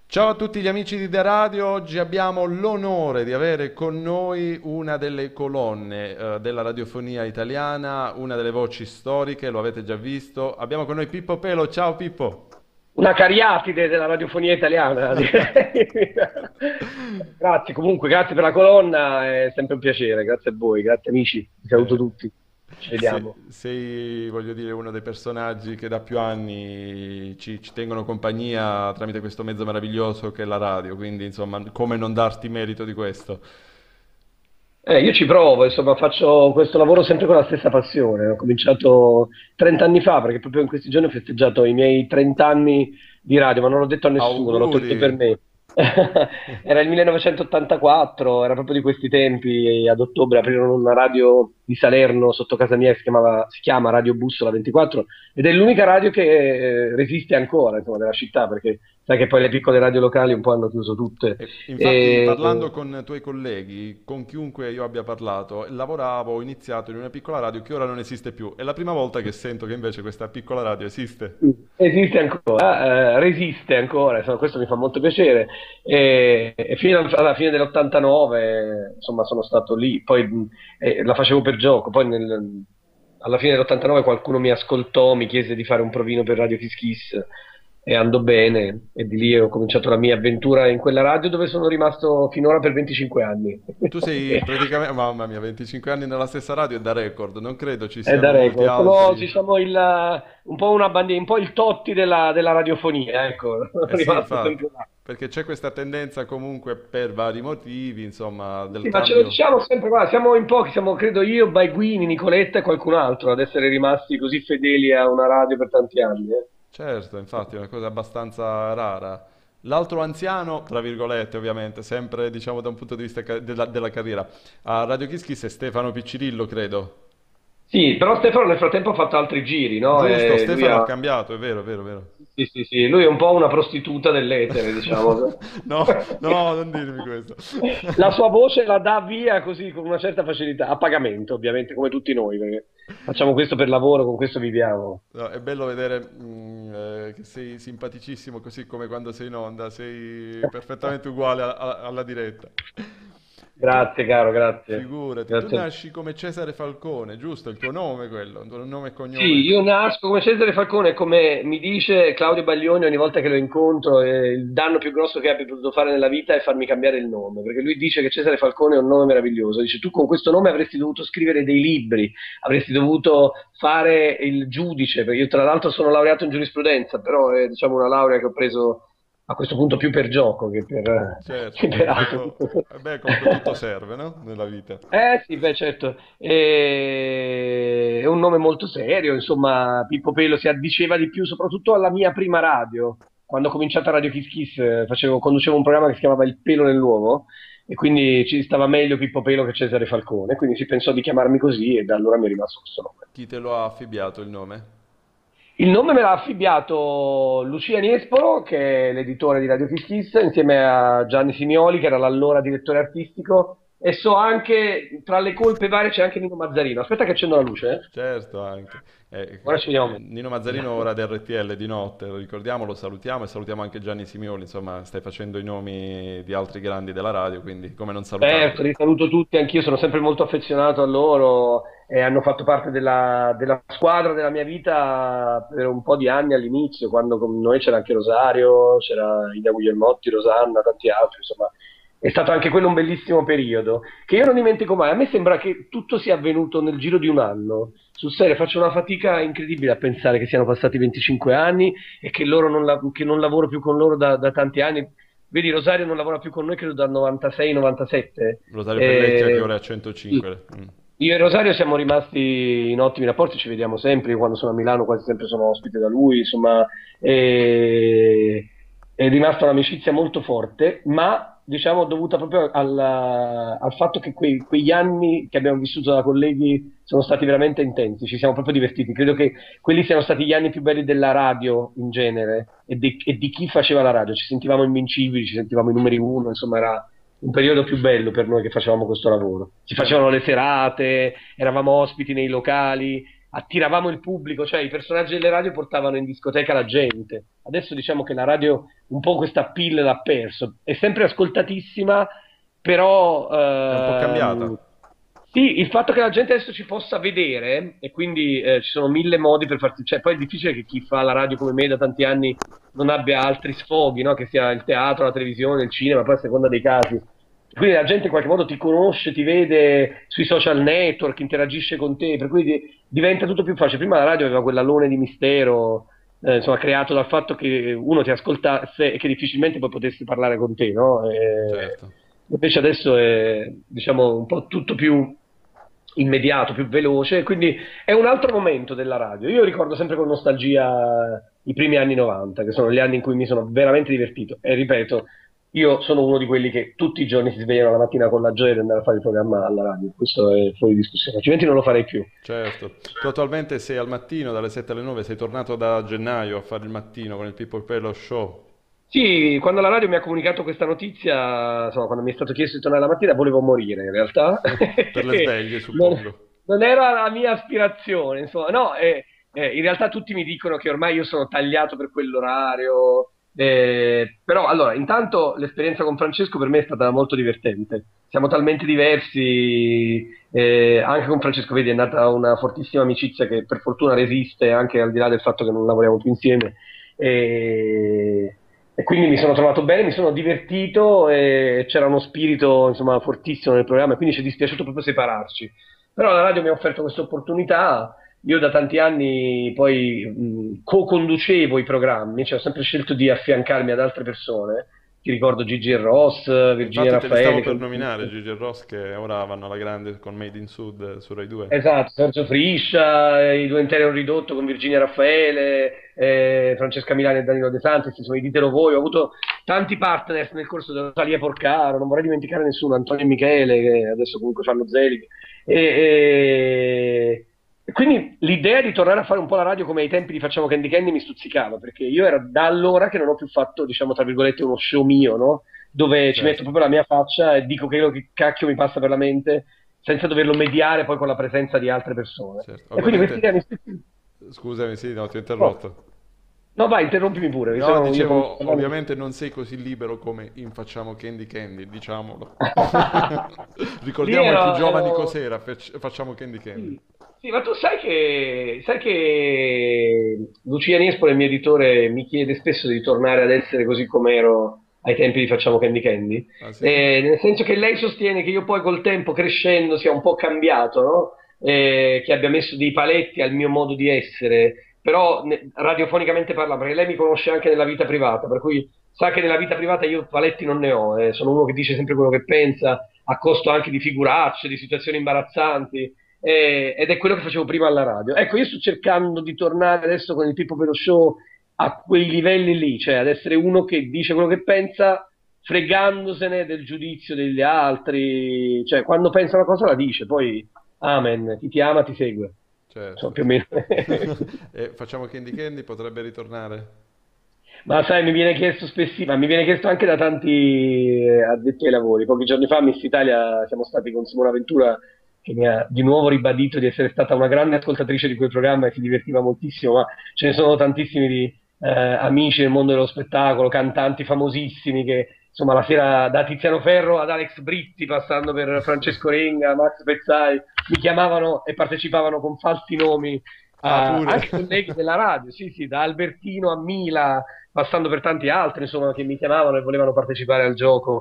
Ciao a tutti gli amici di The Radio, oggi abbiamo l'onore di avere con noi una delle colonne della radiofonia italiana, una delle voci storiche, lo avete già visto. Abbiamo con noi Pippo Pelo, ciao Pippo! Una cariatide della radiofonia italiana, direi. Grazie comunque, grazie per la colonna, è sempre un piacere, grazie a voi, grazie amici, vi saluto Eh, tutti, ci vediamo. sei, voglio dire, uno dei personaggi che da più anni ci tengono compagnia tramite questo mezzo meraviglioso che è la radio, quindi insomma, come non darti merito di questo? Io ci provo, insomma, faccio questo lavoro sempre con la stessa passione. Ho cominciato 30 anni fa, perché proprio in questi giorni ho festeggiato i miei 30 anni di radio, ma non l'ho detto a nessuno, l'ho tenuto Auguri! per me. Era il 1984, era proprio di questi tempi, e ad ottobre aprirono una radio di Salerno sotto casa mia che si chiama Radio Bussola 24 ed è l'unica radio che resiste ancora, insomma, della città, perché sai che poi le piccole radio locali un po' hanno chiuso tutte. E infatti, E, parlando con tuoi colleghi, con chiunque io abbia parlato, lavoravo, ho iniziato in una piccola radio che ora non esiste più. È la prima volta che sento che invece questa piccola radio esiste. Esiste ancora, resiste ancora, insomma, questo mi fa molto piacere. E fino alla fine dell'89, insomma, sono stato lì, poi la facevo per gioco, poi alla fine dell'89 qualcuno mi ascoltò, mi chiese di fare un provino per Radio Kiss Kiss e andò bene, e di lì ho cominciato la mia avventura in quella radio dove sono rimasto finora per 25 anni. Tu sei praticamente, mamma mia, 25 anni nella stessa radio è da record, non credo ci È da siano molti record. Sono, altri. diciamo, un po' una bandiera, un po' il Totti della radiofonia, ecco, sono Eh sì, rimasto infatti, sempre là. perché c'è questa tendenza comunque per vari motivi, insomma, del Sì, ma ce lo cambio. diciamo sempre qua, siamo in pochi, siamo credo io, Baiguini, Nicoletta e qualcun altro ad essere rimasti così fedeli a una radio per tanti anni. Certo, infatti è una cosa abbastanza rara. L'altro anziano, tra virgolette, ovviamente, sempre diciamo da un punto di vista della carriera, a Radio Kiss Kiss è Stefano Piccirillo, credo. Sì, però Stefano nel frattempo ha fatto altri giri, no? Giusto, E lui Stefano ha ha... cambiato, è vero, è vero, è vero. Sì, sì, sì, lui è un po' una prostituta dell'etere, diciamo. No, no, non dirmi questo. La sua voce la dà via così con una certa facilità, a pagamento ovviamente, come tutti noi, perché facciamo questo per lavoro, con questo viviamo. No, è bello vedere che sei simpaticissimo così come quando sei in onda, sei perfettamente uguale alla diretta. Tu, Grazie, caro, grazie. figurati, tu Grazie. nasci come Cesare Falcone, giusto? Il tuo nome quello, il tuo nome e Sì, cognome. io nasco come Cesare Falcone, come mi dice Claudio Baglioni ogni volta che lo incontro, il danno più grosso che abbia potuto fare nella vita è farmi cambiare il nome, perché lui dice che Cesare Falcone è un nome meraviglioso. Dice, tu con questo nome avresti dovuto scrivere dei libri, avresti dovuto fare il giudice, perché io tra l'altro sono laureato in giurisprudenza, però è diciamo una laurea che ho preso a questo punto più per gioco che che Certo, per come altro. tutto, beh, comunque tutto serve, no? Nella vita. Sì, beh, certo. È un nome molto serio, insomma, Pippo Pelo si addiceva di più, soprattutto alla mia prima radio. Quando ho cominciato a Radio Kiss Kiss, conducevo un programma che si chiamava Il pelo nell'uovo e quindi ci stava meglio Pippo Pelo che Cesare Falcone, quindi si pensò di chiamarmi così e da allora mi è rimasto questo nome. Chi te lo ha affibbiato il nome? Il nome me l'ha affibbiato Lucia Niespolo, che è l'editore di Radio Kiss Kiss, insieme a Gianni Simioli, che era l'allora direttore artistico, e so anche, tra le colpe varie c'è anche Nino Mazzarino. Aspetta che accendo la luce, eh. Certo, anche. Ora ci vediamo meglio. Nino Mazzarino ora del RTL di notte, lo ricordiamo, lo salutiamo e salutiamo anche Gianni Simioli, insomma, stai facendo i nomi di altri grandi della radio, quindi come non salutarli? Certo, li saluto tutti, anch'io sono sempre molto affezionato a loro e hanno fatto parte della squadra della mia vita per un po' di anni all'inizio, quando con noi c'era anche Rosario, c'era Ida Guglielmotti, Rosanna, tanti altri, insomma, è stato anche quello un bellissimo periodo, che io non dimentico mai. A me sembra che tutto sia avvenuto nel giro di un anno. Sul serio, faccio una fatica incredibile a pensare che siano passati 25 anni e che, che non lavoro più con loro da tanti anni. Vedi, Rosario non lavora più con noi credo dal 96-97. Rosario Pellecchia che ora è a Eh, sì. 105. Io e Rosario siamo rimasti in ottimi rapporti, ci vediamo sempre. Io quando sono a Milano quasi sempre sono ospite da lui, insomma, è rimasta un'amicizia molto forte, ma diciamo dovuta proprio al fatto che quegli anni che abbiamo vissuto da colleghi sono stati veramente intensi, ci siamo proprio divertiti. Credo che quelli siano stati gli anni più belli della radio in genere e di chi faceva la radio. Ci sentivamo invincibili, ci sentivamo i numeri uno, insomma era un periodo più bello per noi che facevamo questo lavoro. Si Beh, facevano le serate, eravamo ospiti nei locali attiravamo il pubblico, cioè i personaggi delle radio portavano in discoteca la gente. Adesso diciamo che la radio un po' questa appeal l'ha perso, è sempre ascoltatissima, però È un po' cambiata. sì, il fatto che la gente adesso ci possa vedere e quindi ci sono mille modi per farsi, cioè poi è difficile che chi fa la radio come me da tanti anni non abbia altri sfoghi, no? Che sia il teatro, la televisione, il cinema, poi a seconda dei casi. Quindi la gente in qualche modo ti conosce, ti vede sui social network, interagisce con te, per cui diventa tutto più facile. Prima la radio aveva quell'alone di mistero, insomma, creato dal fatto che uno ti ascoltasse e che difficilmente poi potesse parlare con te, no? Certo. Invece adesso è, diciamo, un po' tutto più immediato, più veloce, quindi è un altro momento della radio. Io ricordo sempre con nostalgia i primi anni 90, che sono gli anni in cui mi sono veramente divertito. E ripeto, io sono uno di quelli che tutti i giorni si svegliano la mattina con la gioia di andare a fare il programma alla radio. Questo è fuori discussione, altrimenti non lo farei più. Certo, tu attualmente sei al mattino dalle 7 alle 9, sei tornato da gennaio a fare il mattino con il People Pello Show. Sì, quando la radio mi ha comunicato questa notizia, insomma, quando mi è stato chiesto di tornare la mattina, volevo morire in realtà. Per le sveglie, non, suppongo. non era la mia aspirazione, insomma, no, in realtà tutti mi dicono che ormai io sono tagliato per quell'orario, però allora, intanto l'esperienza con Francesco per me è stata molto divertente. Siamo talmente diversi, anche con Francesco, vedi, è nata una fortissima amicizia che per fortuna resiste anche al di là del fatto che non lavoriamo più insieme. E, e quindi mi sono trovato bene, mi sono divertito e c'era uno spirito, insomma, fortissimo nel programma, e quindi ci è dispiaciuto proprio separarci. Però la radio mi ha offerto questa opportunità. Io da tanti anni poi co-conducevo i programmi, cioè ho sempre scelto di affiancarmi ad altre persone. Ti ricordo Gigi e Ross, Virginia Infatti te li stavo Raffaele. per nominare, Gigi e Ross, che ora vanno alla grande con Made in Sud su Rai 2. Esatto, Sergio Friscia, i due interi a un ridotto con Virginia Raffaele, Francesca Milani e Danilo De Santis, insomma, ditelo voi, ho avuto tanti partners nel corso della Rosalia Porcaro, non vorrei dimenticare nessuno, Antonio e Michele, che adesso comunque fanno Zelig. E quindi l'idea di tornare a fare un po' la radio come ai tempi di Facciamo Candy Candy mi stuzzicava, perché io era da allora che non ho più fatto, diciamo, tra virgolette, uno show mio, no? Dove ci metto Certo, proprio la mia faccia e dico quello che cacchio mi passa per la mente senza doverlo mediare poi con la presenza di altre persone. certo. E quindi questi Ovviamente, temi... scusami, sì, no, ti ho No, interrotto. no, vai, interrompimi pure, No, io dicevo, ovviamente non sei così libero come in Facciamo Candy Candy, diciamolo. Lì Ricordiamo ai più giovani ero... cos'era Facciamo Candy Candy. Sì, sì, ma tu sai che Lucia Nespolo, il mio editore, mi chiede spesso di tornare ad essere così come ero ai tempi di Facciamo Candy Candy? Ah sì? Nel senso che lei sostiene che io poi col tempo crescendo sia un po' cambiato, no? Che abbia messo dei paletti al mio modo di essere, però radiofonicamente parlando, perché lei mi conosce anche nella vita privata, per cui sa che nella vita privata io paletti non ne ho, sono uno che dice sempre quello che pensa, a costo anche di figuracce, di situazioni imbarazzanti, ed è quello che facevo prima alla radio. Ecco, io sto cercando di tornare adesso con il Pippo Pello Show a quei livelli lì, cioè ad essere uno che dice quello che pensa, fregandosene del giudizio degli altri, cioè quando pensa una cosa la dice, poi amen, chi ti ama ti segue. Insomma, Certo. più o meno. E Facciamo Candy Candy potrebbe ritornare? Ma sai, mi viene chiesto spessissimo, ma mi viene chiesto anche da tanti addetti ai lavori. Pochi giorni fa a Miss Italia siamo stati con Simona Ventura, che mi ha di nuovo ribadito di essere stata una grande ascoltatrice di quel programma e si divertiva moltissimo, ma ce ne sono tantissimi di amici nel mondo dello spettacolo, cantanti famosissimi che insomma la sera da Tiziano Ferro ad Alex Britti, passando per Francesco Renga, Max Pezzai, mi chiamavano e partecipavano con falsi nomi, Ah, pure. anche colleghi della radio, sì, sì, da Albertino a Mila, passando per tanti altri, insomma, che mi chiamavano e volevano partecipare al gioco.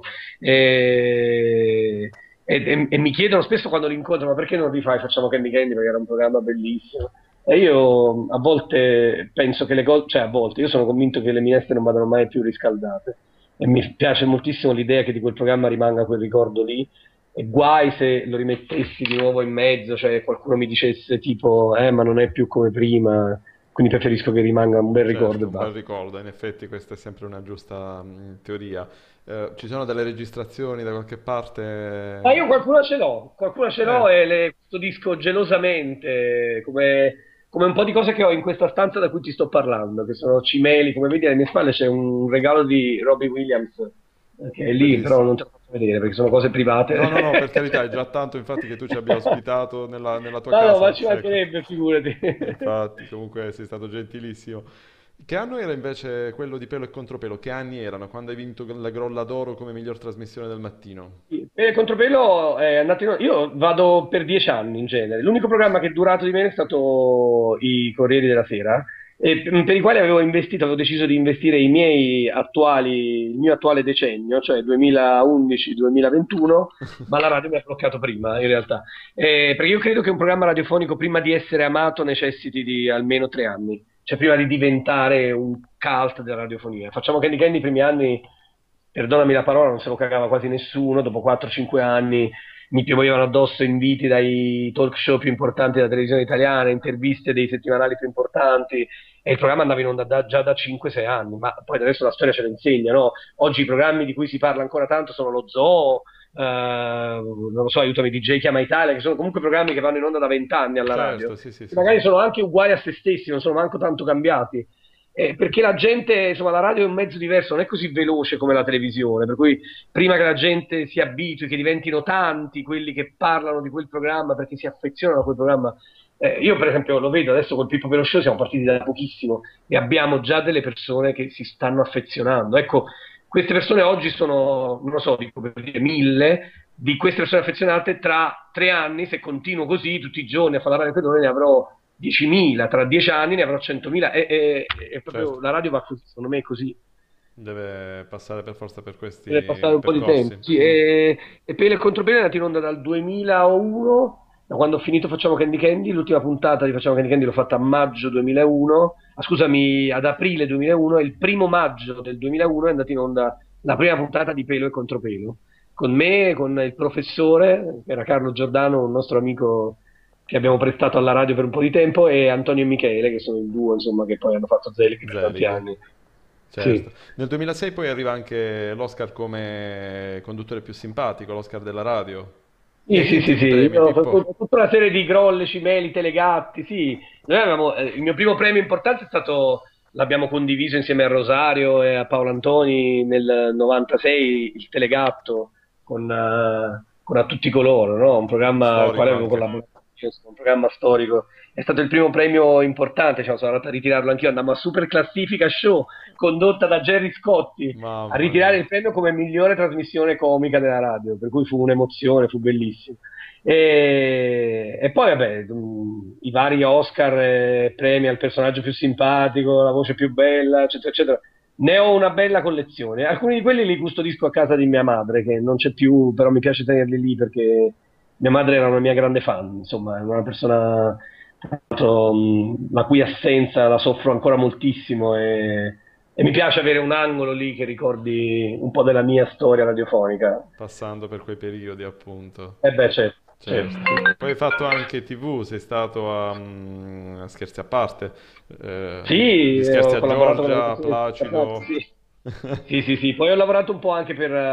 E mi chiedono spesso quando li incontro, ma perché non rifai Facciamo Candy Candy? Perché era un programma bellissimo. E io a volte penso che le cose, cioè a volte, io sono convinto che le minestre non vadano mai più riscaldate. E mi piace moltissimo l'idea che di quel programma rimanga quel ricordo lì. E guai se lo rimettessi di nuovo in mezzo, cioè qualcuno mi dicesse tipo, ma non è più come prima, quindi preferisco che rimanga un bel ricordo Certo, e un bel basta. ricordo, in effetti questa è sempre una giusta teoria. Ci sono delle registrazioni da qualche Ma parte? io qualcuna ce Eh, l'ho e questo disco gelosamente, come un po' di cose che ho in questa stanza da cui ti sto parlando, che sono cimeli, come vedi alle mie spalle c'è un regalo di Robbie Williams, che è lì, però bellissimo. non te lo vedere perché sono cose private. No, no, no, per carità, è già tanto infatti che tu ci abbia ospitato nella tua No, no, ma casa. ci Ecco. mancherebbe, figurati. Infatti, comunque sei stato gentilissimo. Che anno era invece quello di Pelo e Contropelo? Che anni erano? Quando hai vinto la Grolla d'Oro come miglior trasmissione del mattino? Per il Contropelo è andato io vado per 10 anni in genere. L'unico programma che è durato di meno è stato i Corrieri della Sera, per i quali avevo deciso di investire il mio attuale decennio, cioè 2011-2021, ma la radio mi ha bloccato prima, in realtà. Perché io credo che un programma radiofonico, prima di essere amato, necessiti di almeno 3 anni, cioè prima di diventare un cult della radiofonia. Facciamo Candy Candy i primi anni, perdonami la parola, non se lo cagava quasi nessuno, dopo 4-5 anni mi piovevano addosso inviti dai talk show più importanti della televisione italiana, interviste dei settimanali più importanti, e il programma andava in onda già da 5-6 anni, ma poi adesso la storia ce lo insegna, no? Oggi i programmi di cui si parla ancora tanto sono lo Zoo, non lo so, aiutami, DJ Chiama Italia, che sono comunque programmi che vanno in onda da 20 anni alla radio, Certo, sì, sì, che sì, sì. magari sono anche uguali a se stessi, non sono manco tanto cambiati. Perché la gente, insomma, la radio è un mezzo diverso, non è così veloce come la televisione, per cui prima che la gente si abitui, che diventino tanti quelli che parlano di quel programma perché si affezionano a quel programma. Io per esempio lo vedo adesso col Pippo Pello Show, siamo partiti da pochissimo e abbiamo già delle persone che si stanno affezionando. Ecco, queste persone oggi sono, non lo so, dico per dire 1000, di queste persone affezionate tra 3 anni, se continuo così tutti i giorni a fare la radio pedone, ne avrò 10.000, tra 10 anni ne avrò 100.000 e Certo. proprio la radio va così, secondo me è così. Deve passare per forza per Deve questi passare un po' di percorsi. tempo. Sì, e Pelo e Contropelo è nato in onda dal 2001, da quando ho finito Facciamo Candy Candy. L'ultima puntata di Facciamo Candy Candy l'ho fatta a maggio 2001, scusami, ad aprile 2001, e il primo maggio del 2001 è andata in onda la prima puntata di Pelo e Contropelo, con me, con il professore, che era Carlo Giordano, un nostro amico che abbiamo prestato alla radio per un po' di tempo, e Antonio e Michele, che sono il duo, insomma, che poi hanno fatto Zelig per tanti Zelig. anni. Certo. Sì. Nel 2006 poi arriva anche l'Oscar come conduttore più simpatico, l'Oscar della radio. E Sì, hai sì, vinto sì, che sì, premi, io ho Pippo? fatto tutta una serie di Grolle, Cimeli, Telegatti, sì. Noi avevamo, il mio primo premio importante è stato, l'abbiamo condiviso insieme a Rosario e a Paolo Antoni nel 96, il Telegatto con A tutti coloro, no? Un programma al quale Storico avevo anche. collaborato, un programma storico. È stato il primo premio importante, cioè, sono andato a ritirarlo anch'io, andammo a Super Classifica Show, condotta da Gerry Scotti, a Mamma ritirare mia. il premio come migliore trasmissione comica della radio, per cui fu un'emozione, fu bellissimo. E poi, vabbè, i vari Oscar, premi al personaggio più simpatico, la voce più bella, eccetera, eccetera. Ne ho una bella collezione. Alcuni di quelli li custodisco a casa di mia madre, che non c'è più, però mi piace tenerli lì perché mia madre era una mia grande fan, insomma, è una persona tanto, la cui assenza la soffro ancora moltissimo, e mi piace avere un angolo lì che ricordi un po' della mia storia radiofonica. Passando per quei periodi, appunto. E beh, certo, certo. Certo. Poi hai fatto anche TV, sei stato a Scherzi a parte, Sì, di Scherzi ho a collaborato con la Giorgia, redazione di Scarpazzi, Placido. sì. Sì, sì, sì. Poi ho lavorato un po' anche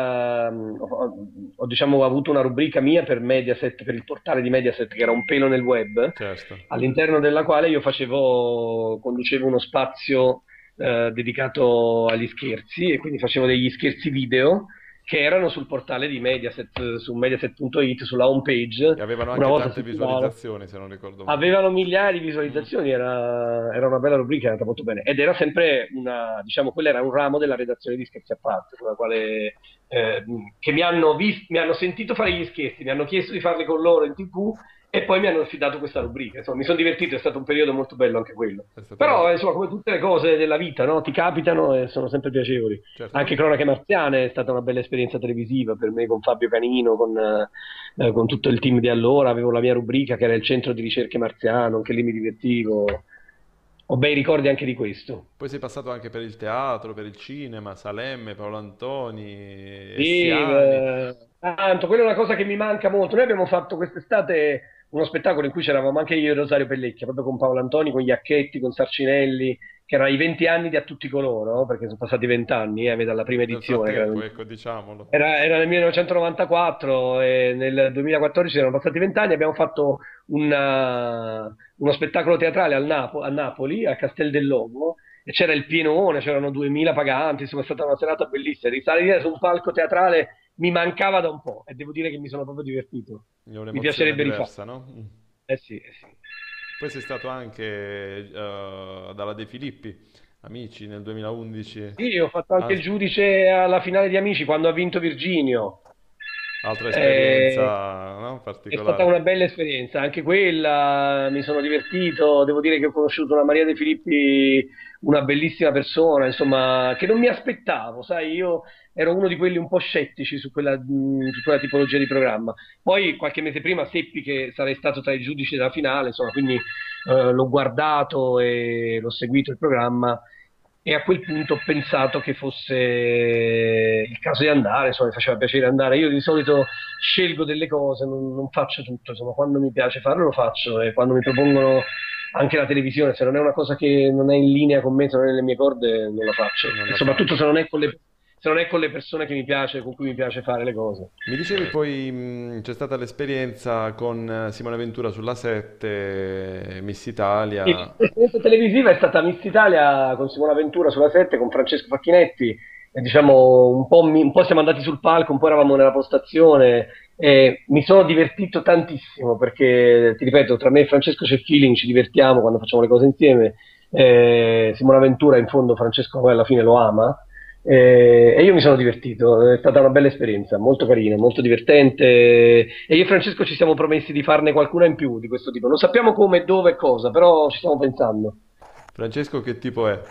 diciamo, avuto una rubrica mia per Mediaset, per il portale di Mediaset, che era Un pelo nel web, Certo. all'interno della quale io conducevo uno spazio dedicato agli scherzi, e quindi facevo degli scherzi video che erano sul portale di Mediaset, su mediaset.it, sulla home E page, avevano una anche volta a tante settimana. visualizzazioni, se non ricordo male. Avevano migliaia di Mm. visualizzazioni, era una bella rubrica, era andata molto bene. Ed era sempre diciamo, quello era un ramo della redazione di Scherzi a parte, sulla quale, che mi hanno sentito fare gli scherzi, mi hanno chiesto di farli con loro in TV, e poi mi hanno affidato questa rubrica. Insomma, mi sono divertito, è stato un periodo molto bello anche quello. È stato Però, molto... insomma, come tutte le cose della vita, no? Ti capitano e sono sempre piacevoli. Certo, Anche poi Cronache Marziane è stata una bella esperienza televisiva per me, con Fabio Canino, con tutto il team di allora. Avevo la mia rubrica che era il centro di ricerche marziano, anche lì mi divertivo. Ho bei ricordi anche di questo. Poi sei passato anche per il teatro, per il cinema, Salemme, Paolo Antoni, Sì, Essiani. tanto, quella è una cosa che mi manca molto. Noi abbiamo fatto quest'estate uno spettacolo in cui c'eravamo anche io e Rosario Pellecchia, proprio con Paolo Antoni, con Iacchetti, con Sarcinelli, che erano i 20 anni di A tutti coloro, no? Perché sono passati 20 anni, dalla prima Nel edizione, che era frattempo, ecco, diciamolo. era nel 1994, e nel 2014 erano passati 20 anni. Abbiamo fatto uno spettacolo teatrale a Napoli, a Castel dell'Ovo, e c'era il pienone, c'erano 2000 paganti, insomma è stata una serata bellissima. Risalire su un palco teatrale mi mancava da un po' e devo dire che mi sono proprio divertito. È Mi un'emozione piacerebbe rifarlo. diversa, no? Mm. Eh sì, eh sì. Poi sei stato anche dalla De Filippi, Amici, nel 2011. Sì, ho fatto anche Ah, il giudice alla finale di Amici quando ha vinto Virginio. altra Eh, esperienza, no? È stata Particolare. una bella esperienza, anche quella, mi sono divertito, devo dire che ho conosciuto una Maria De Filippi, una bellissima persona, insomma, che non mi aspettavo, sai, io ero uno di quelli un po' scettici su quella tipologia di programma. Poi qualche mese prima seppi che sarei stato tra i giudici della finale, insomma, quindi l'ho guardato e l'ho seguito il programma e a quel punto ho pensato che fosse il caso di andare, insomma, mi faceva piacere andare. Io di solito scelgo delle cose, non faccio tutto, insomma, quando mi piace farlo lo faccio e quando mi propongono anche la televisione, se non è una cosa che non è in linea con me, se non è nelle mie corde, non la faccio. Non E la fai. soprattutto se non è con le persone che mi piace, con cui mi piace fare le cose. Mi dicevi poi c'è stata l'esperienza con Simone Ventura sulla 7, Miss E Italia. l'esperienza televisiva è stata Miss Italia con Simona Ventura sulla 7, con Francesco Facchinetti, e diciamo un po' siamo andati sul palco, un po' eravamo nella postazione e mi sono divertito tantissimo perché, ti ripeto, tra me e Francesco c'è feeling, ci divertiamo quando facciamo le cose insieme. Simona Ventura in fondo Francesco poi alla fine lo ama e io mi sono divertito, è stata una bella esperienza, molto carina, molto divertente e io e Francesco ci siamo promessi di farne qualcuna in più di questo tipo. Non sappiamo come, dove e cosa, però ci stiamo pensando. Francesco che tipo è?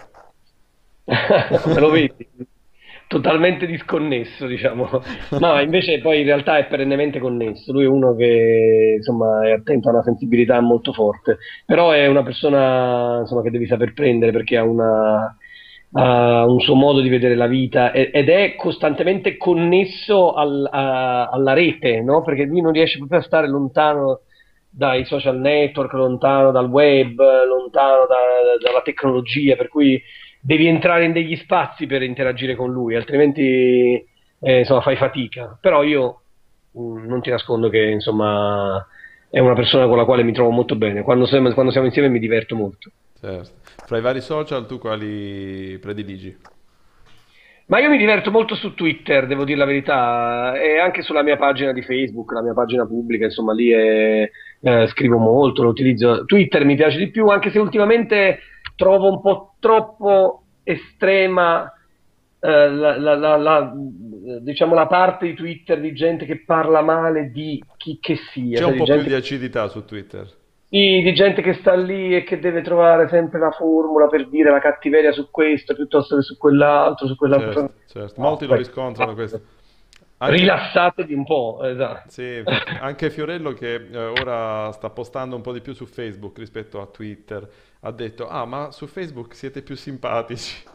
Come lo vedi? Totalmente disconnesso, diciamo. No, invece poi in realtà è perennemente connesso. Lui è uno che insomma è attento a una sensibilità molto forte, però è una persona insomma, che devi saper prendere perché ha un suo modo di vedere la vita ed è costantemente connesso alla rete, no? Perché lui non riesce proprio a stare lontano dai social network, lontano dal web, lontano dalla tecnologia, per cui devi entrare in degli spazi per interagire con lui, altrimenti insomma, fai fatica. Però io non ti nascondo che insomma, è una persona con la quale mi trovo molto bene. Quando siamo insieme mi diverto molto. Certo. Fra i vari social tu quali prediligi? Ma io mi diverto molto su Twitter, devo dire la verità, e anche sulla mia pagina di Facebook, la mia pagina pubblica, insomma, lì scrivo molto, lo utilizzo. Twitter mi piace di più, anche se ultimamente trovo un po' troppo estrema diciamo la parte di Twitter di gente che parla male di chi che sia, C'è cioè un di po' più gente di acidità su Twitter. sì, di gente che sta lì e che deve trovare sempre la formula per dire la cattiveria su questo piuttosto che su quell'altro, su quell'altro. Certo, certo. No, Molti lo aspetta, riscontrano questo. Anche, rilassatevi un po', esatto. sì, infatti, anche Fiorello che ora sta postando un po' di più su Facebook rispetto a Twitter, ha detto, ah, ma su Facebook siete più simpatici.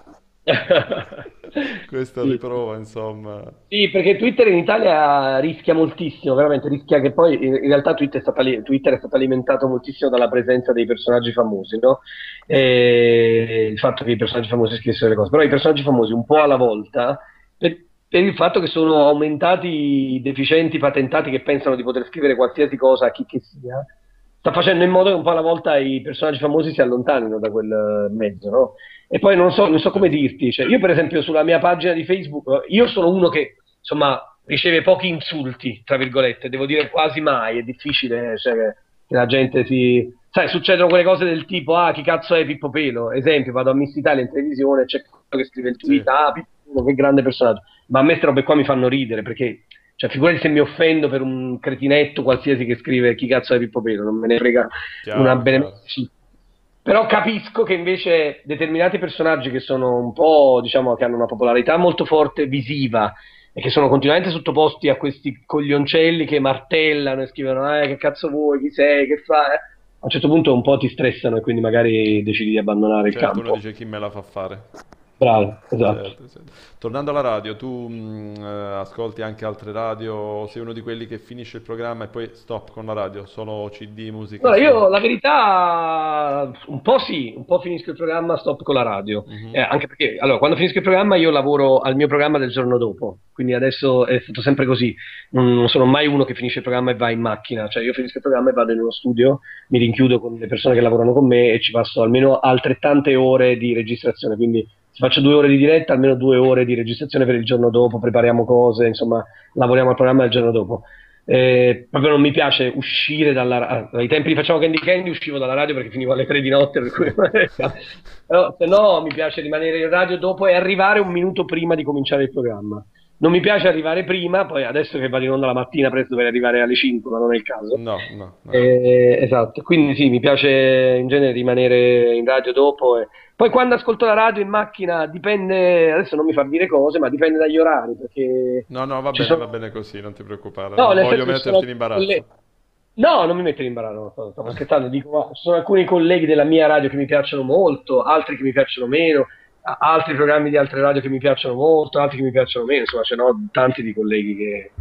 Questa Sì. riprova, insomma. Sì, perché Twitter in Italia rischia moltissimo, veramente rischia che poi in realtà Twitter è stato alimentato moltissimo dalla presenza dei personaggi famosi, no? E il fatto che i personaggi famosi scrivessero le cose, però i personaggi famosi un po' alla volta, per il fatto che sono aumentati i deficienti patentati che pensano di poter scrivere qualsiasi cosa a chi che sia, sta facendo in modo che un po' alla volta i personaggi famosi si allontanino da quel mezzo, no? E poi non so come Certo. dirti, cioè, io per esempio sulla mia pagina di Facebook, io sono uno che insomma riceve pochi insulti, tra virgolette, devo dire quasi mai, è difficile, cioè, che la gente si... Sai, succedono quelle cose del tipo, ah, chi cazzo è Pippo Pelo? Esempio, vado a Miss Italia in televisione, c'è quello che scrive il tweet, Sì, ah, Pippo Pelo, che grande personaggio. Ma a me queste robe qua mi fanno ridere, perché, cioè, figurati se mi offendo per un cretinetto qualsiasi che scrive chi cazzo è Pippo Pelo, non me ne frega una chiaro, chiaro. benemerita. Però capisco che invece determinati personaggi che sono un po', diciamo, che hanno una popolarità molto forte visiva e che sono continuamente sottoposti a questi coglioncelli che martellano e scrivono, che cazzo vuoi, chi sei, che fai? A un certo punto un po' ti stressano e quindi magari decidi di abbandonare il Certo, uno campo. dice chi me la fa fare. Bravo, esatto. Certo, certo. Tornando alla radio, tu ascolti anche altre radio, o sei uno di quelli che finisce il programma e poi stop con la radio, solo CD, musica Allora, solo. io la verità, un po' sì, un po' finisco il programma, stop con la radio. Mhm. Anche perché, allora, quando finisco il programma io lavoro al mio programma del giorno dopo, quindi adesso è stato sempre così. Non sono mai uno che finisce il programma e va in macchina, cioè io finisco il programma e vado in uno studio, mi rinchiudo con le persone che lavorano con me e ci passo almeno altrettante ore di registrazione, quindi se faccio 2 ore di diretta, almeno 2 ore di registrazione per il giorno dopo, prepariamo cose, insomma, lavoriamo al programma il giorno dopo. Proprio non mi piace uscire dalla radio. Ai tempi di Facciamo Candy Candy uscivo dalla radio perché finivo alle 3 di notte, per cui però se no mi piace rimanere in radio dopo e arrivare un minuto prima di cominciare il programma. Non mi piace arrivare prima, poi adesso che vado in onda la mattina presto dovrei arrivare alle 5, ma non è il caso. No, no, no. Esatto, quindi sì, mi piace in genere rimanere in radio dopo. Poi quando ascolto la radio in macchina dipende, adesso non mi fa dire cose, ma dipende dagli orari, perché No, no, ci va sono... bene così, non ti preoccupare, No, non nel voglio senso che ci sono metterti in imbarazzo. delle... No, non mi mette in imbarazzo, no, stavo scherzando, dico, ma ci sono alcuni colleghi della mia radio che mi piacciono molto, altri che mi piacciono meno, altri programmi di altre radio che mi piacciono molto, altri che mi piacciono meno, insomma, ce n'ho tanti di colleghi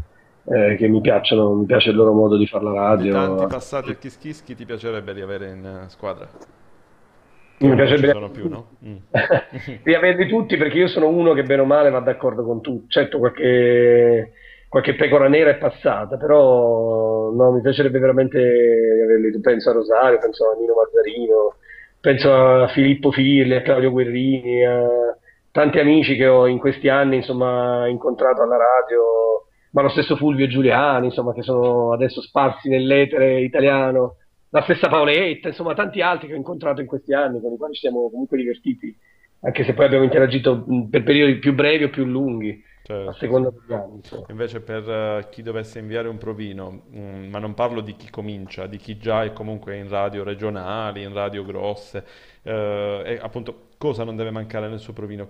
che mi piacciono, mi piace il loro modo di fare la Di tanti radio. passati a Kiss chi ti piacerebbe di avere in squadra? Che Mi ora non ci piacerebbe sono più, no? Mm. di averli tutti perché io sono uno che bene o male va d'accordo con tutti. Certo, qualche pecora nera è passata, però no, mi piacerebbe veramente averli tutti. Penso a Rosario, penso a Nino Mazzarino, penso a Filippo Firli, a Claudio Guerrini, a tanti amici che ho in questi anni, insomma, incontrato alla radio, ma lo stesso Fulvio Giuliani, insomma, che sono adesso sparsi nell'etere italiano, la stessa Paoletta, insomma, tanti altri che ho incontrato in questi anni, con i quali ci siamo comunque divertiti, anche se poi abbiamo interagito per periodi più brevi o più lunghi, a Certo, sì. seconda degli anni, insomma. Invece per chi dovesse inviare un provino, ma non parlo di chi comincia, di chi già è comunque in radio regionali, in radio grosse, e appunto cosa non deve mancare nel suo provino,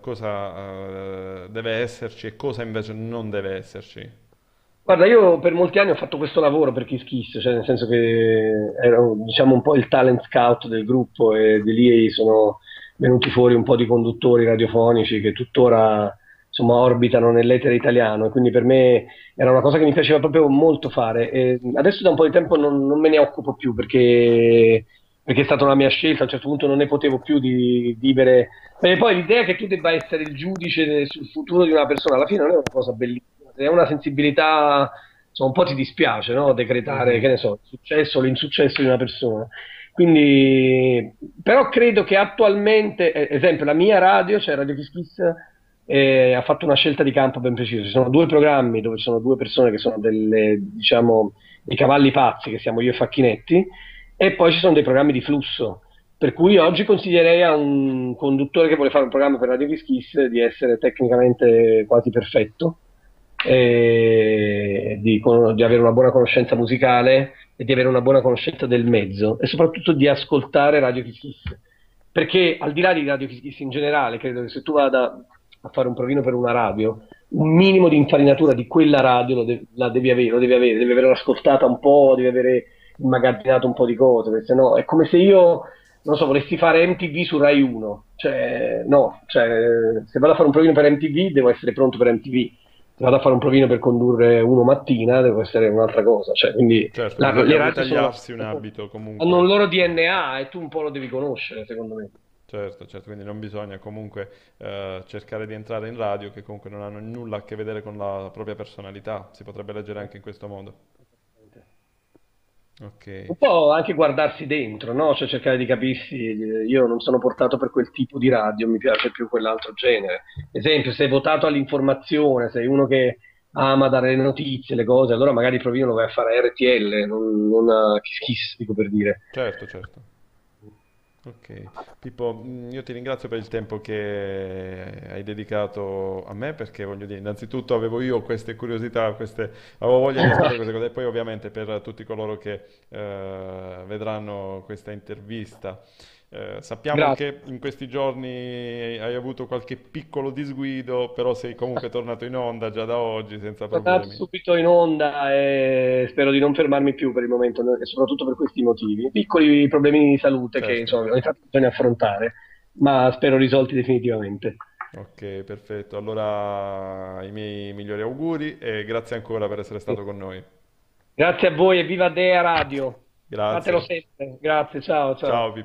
cosa deve esserci e cosa invece non deve esserci. Guarda, io per molti anni ho fatto questo lavoro per Kiss Kiss, cioè nel senso che ero diciamo un po' il talent scout del gruppo e di lì sono venuti fuori un po' di conduttori radiofonici che tuttora insomma orbitano nell'etere italiano e quindi per me era una cosa che mi piaceva proprio molto fare. E adesso da un po' di tempo non me ne occupo più perché è stata una mia scelta, a un certo punto non ne potevo più di vivere. Perché poi l'idea che tu debba essere il giudice sul futuro di una persona alla fine non è una cosa bellissima, se hai una sensibilità, insomma, un po' ti dispiace, no? Decretare, che Mhm. ne so, il successo o l'insuccesso di una persona. Quindi, però credo che attualmente, esempio, la mia radio, cioè Radio Kiss Kiss, ha fatto una scelta di campo ben precisa. Ci sono due programmi dove ci sono due persone che sono delle, diciamo, dei cavalli pazzi, che siamo io e Facchinetti, e poi ci sono dei programmi di flusso. Per cui oggi consiglierei a un conduttore che vuole fare un programma per Radio Kiss Kiss di essere tecnicamente quasi perfetto, di avere una buona conoscenza musicale e di avere una buona conoscenza del mezzo e soprattutto di ascoltare Radio Kiss Kiss. Perché al di là di Radio Kiss Kiss in generale, credo che se tu vada a fare un provino per una radio, un minimo di infarinatura di quella radio la devi avere, devi averla ascoltata un po', devi avere immagazzinato un po' di cose, perché sennò è come se io, non so, volessi fare MTV su Rai 1, cioè no, cioè, se vado a fare un provino per MTV devo essere pronto per MTV, se vado a fare un provino per condurre uno mattina devo essere un'altra cosa, cioè, quindi Certo, le bisogna radio ritagliarsi un abito hanno un comunque. loro DNA e tu un po' lo devi conoscere, secondo me. Certo, certo, quindi non bisogna comunque cercare di entrare in radio che comunque non hanno nulla a che vedere con la propria personalità, si potrebbe leggere anche in questo modo. Ok, Un po' anche guardarsi dentro, no? Cioè cercare di capirsi, io non sono portato per quel tipo di radio, mi piace più quell'altro genere. Esempio, sei votato all'informazione, sei uno che ama dare le notizie, le cose, allora magari il provino lo vai a fare a RTL, non a Kiss Kiss, dico per dire. certo, certo. Ok, Pippo, io ti ringrazio per il tempo che hai dedicato a me perché voglio dire, innanzitutto avevo io queste curiosità, avevo voglia di ascoltare queste cose e poi ovviamente per tutti coloro che vedranno questa intervista. Sappiamo Grazie. che in questi giorni hai avuto qualche piccolo disguido, però sei comunque tornato in onda già da oggi senza Tornato problemi. subito in onda e spero di non fermarmi più per il momento, e soprattutto per questi motivi. Piccoli problemi di salute che Certo. insomma ogni tanto bisogna affrontare, ma spero risolti definitivamente. Ok, perfetto. Allora i miei migliori auguri e grazie ancora per essere stato con noi. Grazie a voi e viva Dea Radio. Fatelo Grazie. sempre. Grazie, ciao, ciao. Ciao Pippo.